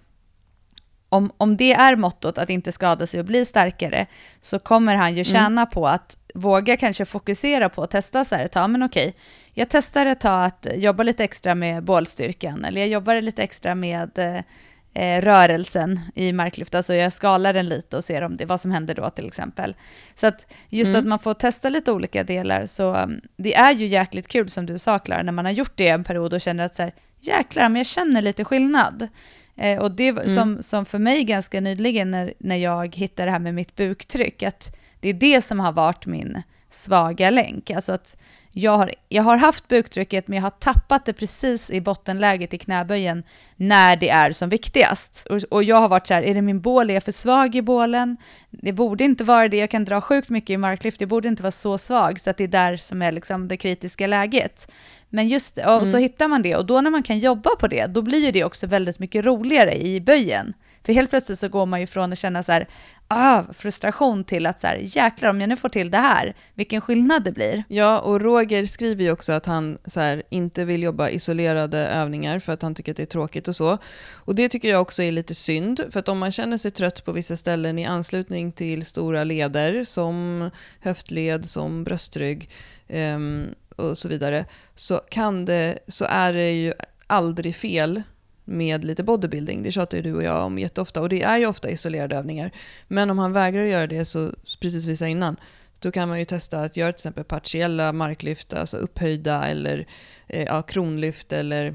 om, om det är mottot att inte skada sig och bli starkare, så kommer han ju tjäna mm. på att våga kanske fokusera på att testa så här, ta, men okej, jag testar ett tag att jobba lite extra med bålstyrkan, eller jag jobbar lite extra med eh, rörelsen i marklyft, alltså jag skalar den lite och ser om det, vad som händer då till exempel. Så att just mm. att man får testa lite olika delar, så um, det är ju jäkligt kul som du sa, Clara, när man har gjort det en period och känner att så här, jäklar, men jag känner lite skillnad. Eh, och det mm. som, som för mig ganska nyligen när, när jag hittade det här med mitt buktryck, att det är det som har varit min svaga länk. Alltså att jag har, jag har haft buktrycket, men jag har tappat det precis i bottenläget i knäböjen när det är som viktigast. Och, och jag har varit så här, är det min bål? Är jag för svag i bålen? Det borde inte vara det. Jag kan dra sjukt mycket i marklyft. Det borde inte vara så svag, så att det är där som är liksom det kritiska läget. Men just och mm. så hittar man det. Och då när man kan jobba på det, då blir ju det också väldigt mycket roligare i böjen. För helt plötsligt så går man ju från att känna så här, ah, frustration till att så här, jäklar, om jag nu får till det här, vilken skillnad det blir. Ja, och Roger skriver ju också att han så här, inte vill jobba isolerade övningar för att han tycker att det är tråkigt och så. Och det tycker jag också är lite synd, för att om man känner sig trött på vissa ställen i anslutning till stora leder, som höftled, som bröstrygg um, och så vidare, så kan det, så är det ju aldrig fel med lite bodybuilding. Det tjatar ju du och jag om jätteofta, och det är ju ofta isolerade övningar. Men om han vägrar göra det, så precis visa innan, då kan man ju testa att göra till exempel partiella marklyft, alltså upphöjda, eller eh, ja, kronlyft, eller,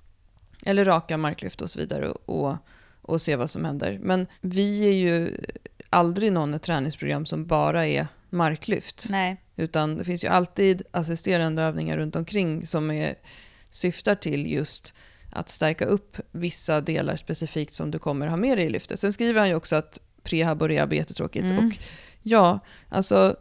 eller raka marklyft och så vidare, och, och, och se vad som händer. Men vi är ju aldrig någon ett träningsprogram som bara är marklyft. Nej. Utan det finns ju alltid assisterande övningar runt omkring som är, syftar till just att stärka upp vissa delar specifikt som du kommer ha med dig i lyftet. Sen skriver han ju också att prehab och rehab är jättetråkigt. Mm. Och ja, alltså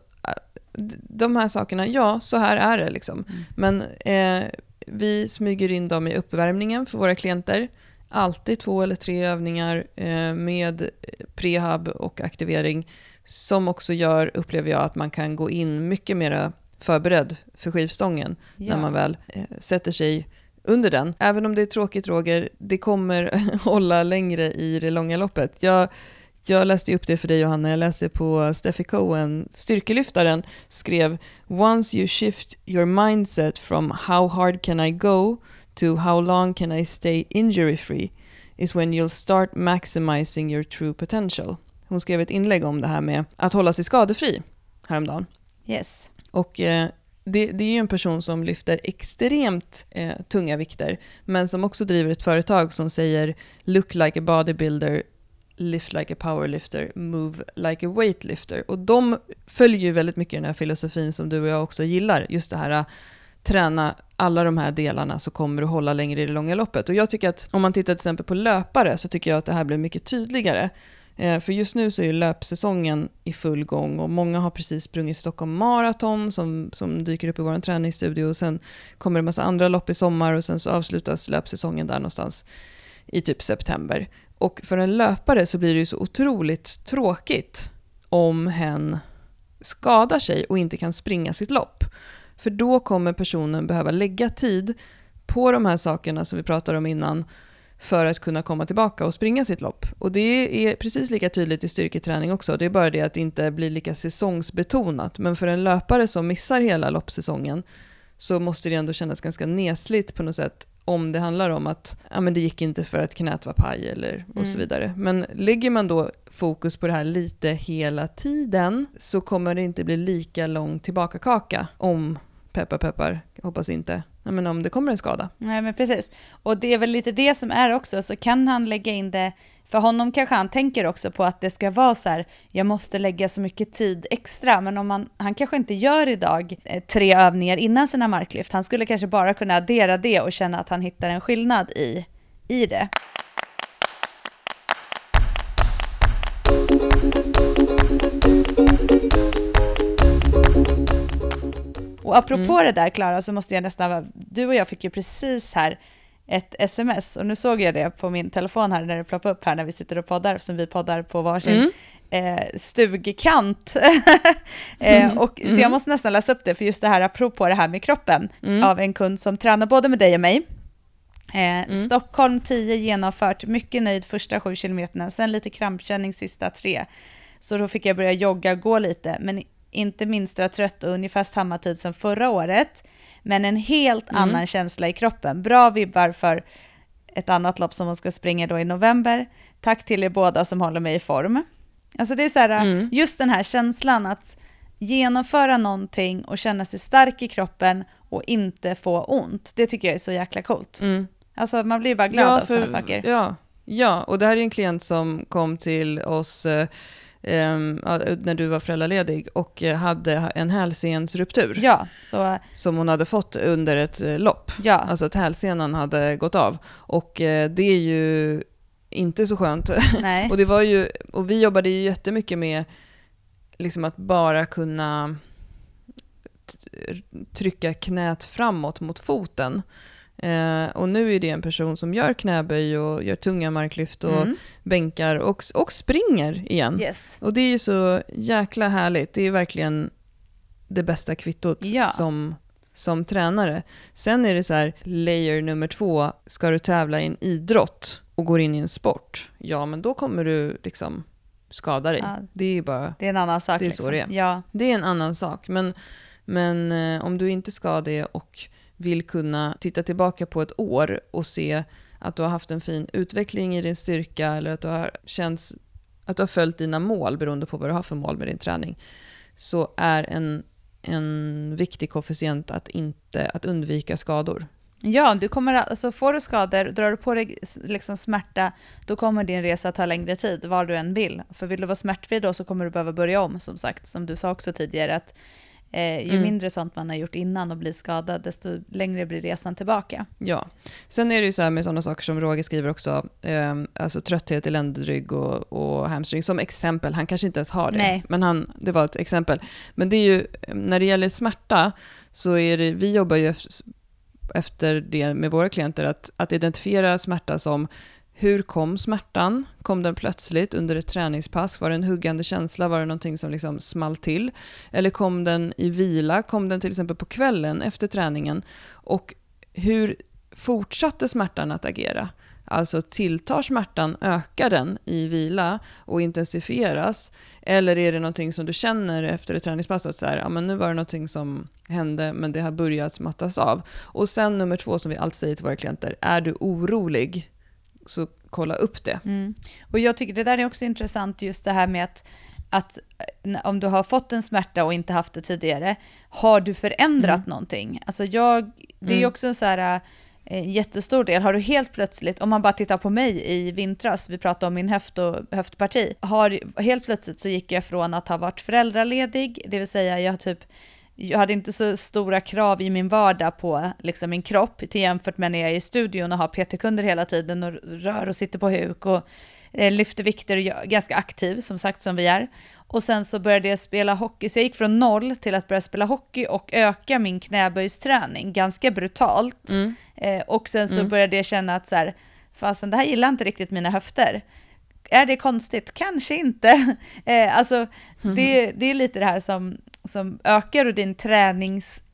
de här sakerna, ja, så här är det liksom. Mm. Men eh, vi smyger in dem i uppvärmningen för våra klienter. Alltid två eller tre övningar eh, med prehab och aktivering, som också gör, upplever jag, att man kan gå in mycket mer förberedd för skivstången ja. när man väl eh, sätter sig under den. Även om det är tråkigt, Roger, det kommer hålla längre i det långa loppet. Jag, jag läste upp det för dig, Johanna. Jag läste på Steffi Cohen, styrkelyftaren, skrev "Once you shift your mindset from how hard can I go to how long can I stay injury free is when you'll start maximizing your true potential." Hon skrev ett inlägg om det här med att hålla sig skadefri häromdagen. Yes. Och eh, Det, det är ju en person som lyfter extremt eh, tunga vikter, men som också driver ett företag som säger "look like a bodybuilder, lift like a powerlifter, move like a weightlifter". Och de följer ju väldigt mycket den här filosofin som du och jag också gillar. Just det här att träna alla de här delarna, så kommer du hålla längre i det långa loppet. Och jag tycker att om man tittar till exempel på löpare, så tycker jag att det här blir mycket tydligare. För just nu så är ju löpsäsongen i full gång, och många har precis sprungit Stockholm Marathon som, som dyker upp i vår träningsstudio, och sen kommer det en massa andra lopp i sommar, och sen så avslutas löpsäsongen där någonstans i typ september. Och för en löpare så blir det ju så otroligt tråkigt om hen skadar sig och inte kan springa sitt lopp. För då kommer personen behöva lägga tid på de här sakerna som vi pratade om innan för att kunna komma tillbaka och springa sitt lopp. Och det är precis lika tydligt i styrketräning också. Det är bara det att det inte blir lika säsongsbetonat. Men för en löpare som missar hela loppsäsongen så måste det ändå kännas ganska nesligt på något sätt, om det handlar om att ja, men det gick inte för att knät var paj eller och Mm. så vidare. Men lägger man då fokus på det här lite hela tiden så kommer det inte bli lika lång tillbakakaka om peppar peppar, hoppas inte. Ja, men om det kommer en skada. Nej, men precis. Och det är väl lite det som är också, så kan han lägga in det, för honom kanske han tänker också på att det ska vara så här, jag måste lägga så mycket tid extra, men om man, han kanske inte gör idag eh, tre övningar innan sina marklyft, han skulle kanske bara kunna addera det och känna att han hittar en skillnad i, i det. Och apropå mm. det där, Klara, så måste jag nästan, du och jag fick ju precis här ett sms, och nu såg jag det på min telefon här när det ploppade upp här när vi sitter och poddar, som vi poddar på varsin mm. eh, stugkant. eh, mm. och, mm. Så jag måste nästan läsa upp det, för just det här apropå det här med kroppen, mm. av en kund som tränar både med dig och mig. Eh, mm. Stockholm tio genomfört, mycket nöjd första sju kilometerna, sen lite krampkänning sista tre. Så då fick jag börja jogga och gå lite, men inte minsta trött och ungefär samma tid som förra året, men en helt mm. annan känsla i kroppen. Bra vibbar för ett annat lopp som hon ska springa då i november. Tack till er båda som håller mig i form. Alltså det är så här, mm. just den här känslan att genomföra någonting och känna sig stark i kroppen och inte få ont. Det tycker jag är så jäkla coolt. Mm. Alltså man blir bara glad ja, av för, sådana saker. Ja. ja, och det här är en klient som kom till oss eh, Um, när du var föräldraledig och hade en hälsensruptur ja, så... som hon hade fått under ett uh, lopp. Ja. Alltså att hälsenan hade gått av. Och uh, det är ju inte så skönt. Nej. och, det var ju, och vi jobbade ju jättemycket med liksom att bara kunna t- trycka knät framåt mot foten. Eh, och nu är det en person som gör knäböj och gör tunga marklyft och mm. bänkar och, och springer igen. Yes. Och det är ju så jäkla härligt. Det är verkligen det bästa kvittot ja. som, som tränare. Sen är det så här, layer nummer två, ska du tävla i en idrott och går in i en sport, ja men då kommer du liksom skada dig. Ja. Det är ju bara... Det är en annan sak. Det är liksom. så det är. Ja. Det är en annan sak. Men, men eh, om du inte ska det och vill kunna titta tillbaka på ett år och se att du har haft en fin utveckling i din styrka eller att du har känts, att du har följt dina mål beroende på vad du har för mål med din träning, så är en, en viktig koefficient att, inte, att undvika skador. Ja, du kommer, alltså får du skador, drar du på dig liksom smärta, då kommer din resa ta längre tid, var du än vill. För vill du vara smärtfri då så kommer du behöva börja om, som sagt, som du sa också tidigare, att Eh, ju mm. mindre sånt man har gjort innan och blir skadad, desto längre blir resan tillbaka. Ja, sen är det ju så här med sådana saker som Roger skriver också, eh, alltså trötthet i ländrygg och, och hamstring som exempel. Han kanske inte ens har det, Nej. men han, det var ett exempel. Men det är ju, när det gäller smärta så är det, vi jobbar ju efter det med våra klienter, att, att identifiera smärta som: hur kom smärtan? Kom den plötsligt under ett träningspass? Var det en huggande känsla? Var det någonting som liksom small till? Eller kom den i vila? Kom den till exempel på kvällen efter träningen? Och hur fortsatte smärtan att agera? Alltså tilltar smärtan, ökar den i vila och intensifieras? Eller är det någonting som du känner efter ett träningspass att så här, ja, men nu var det någonting som hände men det har börjat mattas av? Och sen nummer två som vi alltid säger till våra klienter: är du orolig? Så kolla upp det. Mm. Och jag tycker det där är också intressant, just det här med att, att om du har fått en smärta och inte haft det tidigare, har du förändrat mm. någonting? Alltså jag, det är mm. också en så här eh, jättestor del. Har du helt plötsligt, om man bara tittar på mig i vintras, vi pratade om min höft och höftparti, har, helt plötsligt så gick jag från att ha varit föräldraledig, det vill säga jag typ jag hade inte så stora krav i min vardag på liksom min kropp till jämfört med när jag är i studion och har P T-kunder hela tiden och rör och sitter på huk och eh, lyfter vikter och är ganska aktiv, som sagt, som vi är. Och sen så började jag spela hockey, så jag gick från noll till att börja spela hockey och öka min knäböjsträning ganska brutalt. Mm. Eh, och sen så mm. började jag känna att så här, fasen, det här gillar inte riktigt mina höfter. Är det konstigt? Kanske inte. eh, alltså, mm. det, det är lite det här som som ökar och din tränings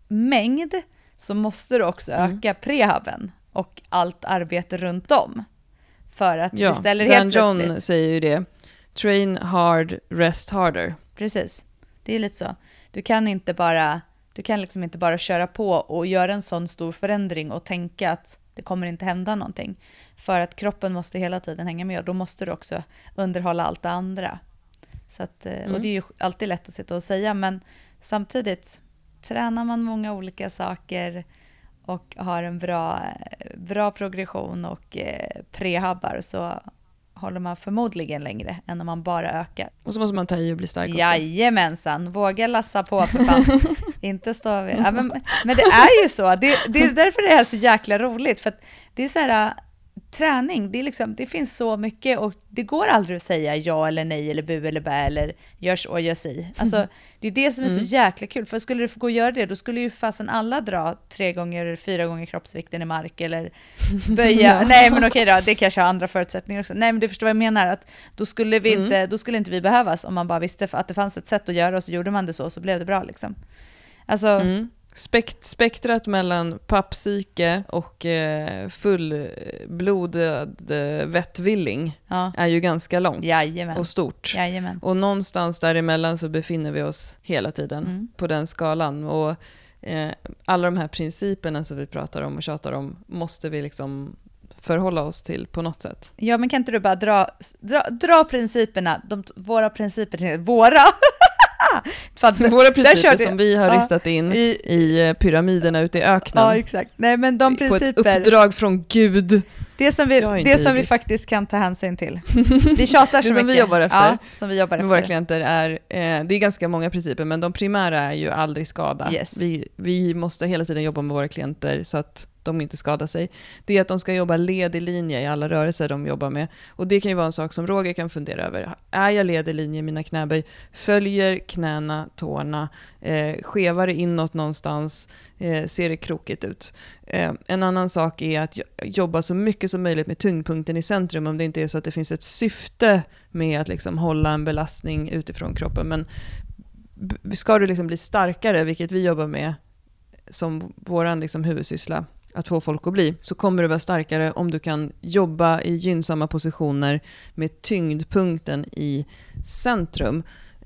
mängd så måste du också Mm. öka prehaben och allt arbete runt om. För att Ja, det ställer Dan helt John plötsligt. säger ju det. Train hard, rest harder. Precis, det är lite så. Du kan inte bara, du kan liksom inte bara köra på och göra en sån stor förändring och tänka att det kommer inte hända någonting. För att kroppen måste hela tiden hänga med och då måste du också underhålla allt det andra. Så att, Mm. och det är ju alltid lätt att sitta och säga, men samtidigt tränar man många olika saker och har en bra, bra progression och eh, prehabbar så håller man förmodligen längre än om man bara ökar. Och så måste man ta i och bli stark också. Jajamensan, våga lassa på för fan. Inte stå vid. Ja, men, men det är ju så, det, det är därför det är så jäkla roligt, för att det är så här, träning, det, är liksom, det finns så mycket och det går aldrig att säga ja eller nej eller bu eller bä eller gör så och gör si. Alltså, det är det som är Mm. så jäkla kul, för skulle det få gå att göra det, då skulle ju fasen alla dra tre gånger, fyra gånger kroppsvikten i mark eller böja. Ja. Nej men okej då, det kanske har andra förutsättningar också. Nej men du förstår vad jag menar, att då skulle, vi Mm. inte, då skulle inte vi behövas om man bara visste att det fanns ett sätt att göra och så gjorde man det så och så blev det bra liksom. Alltså, Mm. Spekt- spektrat mellan papppsyke och eh, fullblodad eh, vettvilling ja, är ju ganska långt jajamän. och stort. Jajamän. Och någonstans däremellan så befinner vi oss hela tiden Mm. på den skalan. Och eh, alla de här principerna som vi pratar om och tjatar om måste vi liksom förhålla oss till på något sätt. Ja, men kan inte du bara dra, dra, dra principerna, de, våra principer till våra? Fan, Våra där principer körde som jag. vi har Ja, ristat in i- i, pyramiderna ute i öknen. Ja, exakt. Nej, men de På ett principer, uppdrag från Gud. det som vi, Jag har inte det som vi ibris. faktiskt kan ta hänsyn till. Vi tjatar så Det som mycket. vi jobbar efter. Ja, som vi jobbar Med våra efter. klienter är, eh, det är ganska många principer, men de primära är ju aldrig skada. Yes. Vi, vi måste hela tiden jobba med våra klienter så att de inte skadar sig. Det är att de ska jobba led i linje i alla rörelser de jobbar med. Och det kan ju vara en sak som Roger kan fundera över. Är jag led i linje i mina knäböj? Följer knäna, tårna? Eh, skevar det inåt någonstans? Eh, ser det krokigt ut? Eh, en annan sak är att jobba så mycket som möjligt med tyngdpunkten i centrum, om det inte är så att det finns ett syfte med att liksom hålla en belastning utifrån kroppen. Men b- ska du liksom bli starkare, vilket vi jobbar med som våran liksom huvudsyssla, att få folk att bli, så kommer du vara starkare om du kan jobba i gynnsamma positioner med tyngdpunkten i centrum.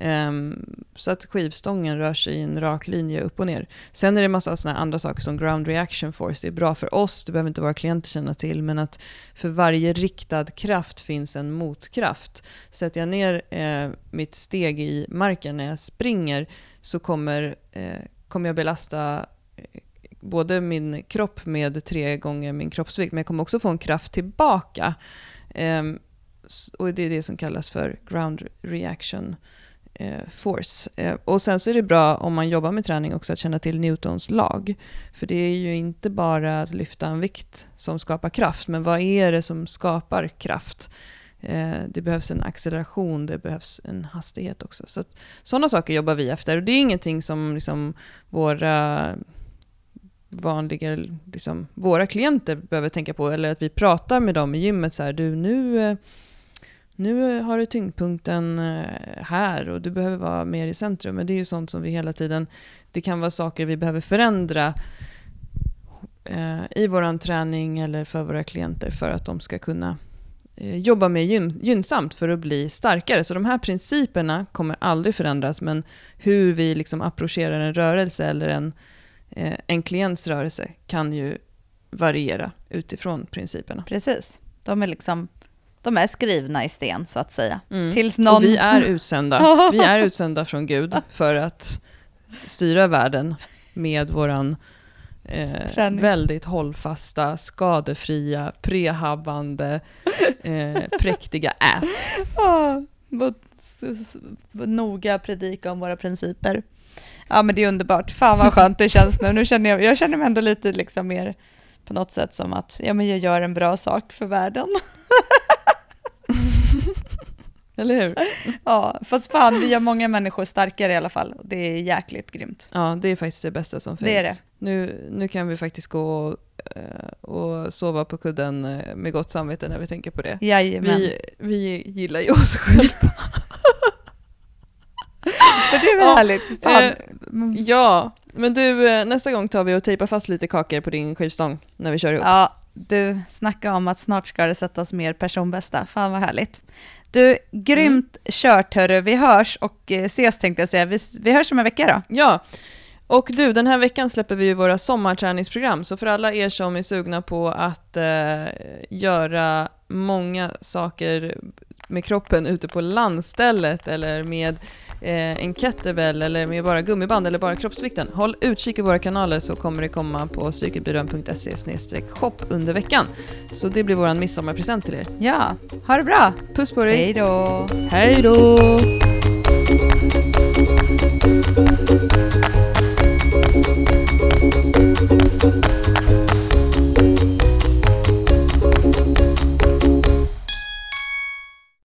Um, så att skivstången rör sig i en rak linje upp och ner. Sen är det en massa såna andra saker som ground reaction force. Det är bra för oss, det behöver inte våra klienter känna till, men att för varje riktad kraft finns en motkraft. Sätter jag ner eh, mitt steg i marken när jag springer, så kommer, eh, kommer jag belasta eh, både min kropp med tre gånger min kroppsvikt, men jag kommer också få en kraft tillbaka. Um, och det är det som kallas för ground reaction eh, force. Eh, och sen så är det bra om man jobbar med träning också att känna till Newtons lag. För det är ju inte bara att lyfta en vikt som skapar kraft, men vad är det som skapar kraft? Eh, det behövs en acceleration, det behövs en hastighet också. Så att, sådana saker jobbar vi efter. Och det är ingenting som liksom våra vanliga, liksom, våra klienter behöver tänka på, eller att vi pratar med dem i gymmet så här, du nu, nu har du tyngdpunkten här och du behöver vara mer i centrum. Men det är ju sånt som vi hela tiden, det kan vara saker vi behöver förändra eh, i våran träning eller för våra klienter för att de ska kunna eh, jobba mer gyn, gynnsamt för att bli starkare. Så de här principerna kommer aldrig förändras, men hur vi liksom approcherar en rörelse eller en en klients rörelse kan ju variera utifrån principerna. Precis. De är liksom, de är skrivna i sten så att säga. Mm. Tills någon... Och vi är utsända. Vi är utsända från Gud för att styra världen med våran eh, väldigt hållfasta, skadefria, prehabbande, eh, präktiga ass. Oh, noga predika om våra principer. Ja, men det är underbart. Fan vad skönt det känns nu. Nu känner jag, jag känner mig ändå lite liksom mer på något sätt som att ja, men jag gör en bra sak för världen. Eller hur? Ja, fast fan, vi gör många människor starkare i alla fall. Det är jäkligt grymt. Ja, det är faktiskt det bästa som finns. Det är det. Nu, nu kan vi faktiskt gå och, och sova på kudden med gott samvete när vi tänker på det. Jajamän. Vi, vi gillar ju oss själva. Men det är väl Ja, härligt. Fan. Eh, ja, Men du, eh, nästa gång tar vi och tejpar fast lite kakor på din skivstång när vi kör ihop. Ja, du snackar om att snart ska det sättas mer personbästa. Fan vad härligt. Du, grymt mm. kört hörru. Vi hörs och eh, ses tänkte jag säga. Vi, vi hörs om en vecka då. Ja, och du, den här veckan släpper vi ju våra sommarträningsprogram. Så för alla er som är sugna på att eh, göra många saker med kroppen ute på landstället eller med eh, en kettlebell eller med bara gummiband eller bara kroppsvikten. Håll utkik i våra kanaler så kommer det komma på styrkebyrån punkt se slash shop under veckan. Så det blir våran midsommarpresent till er. Ja, ha det bra. Puss på dig. Hej då. Hej då.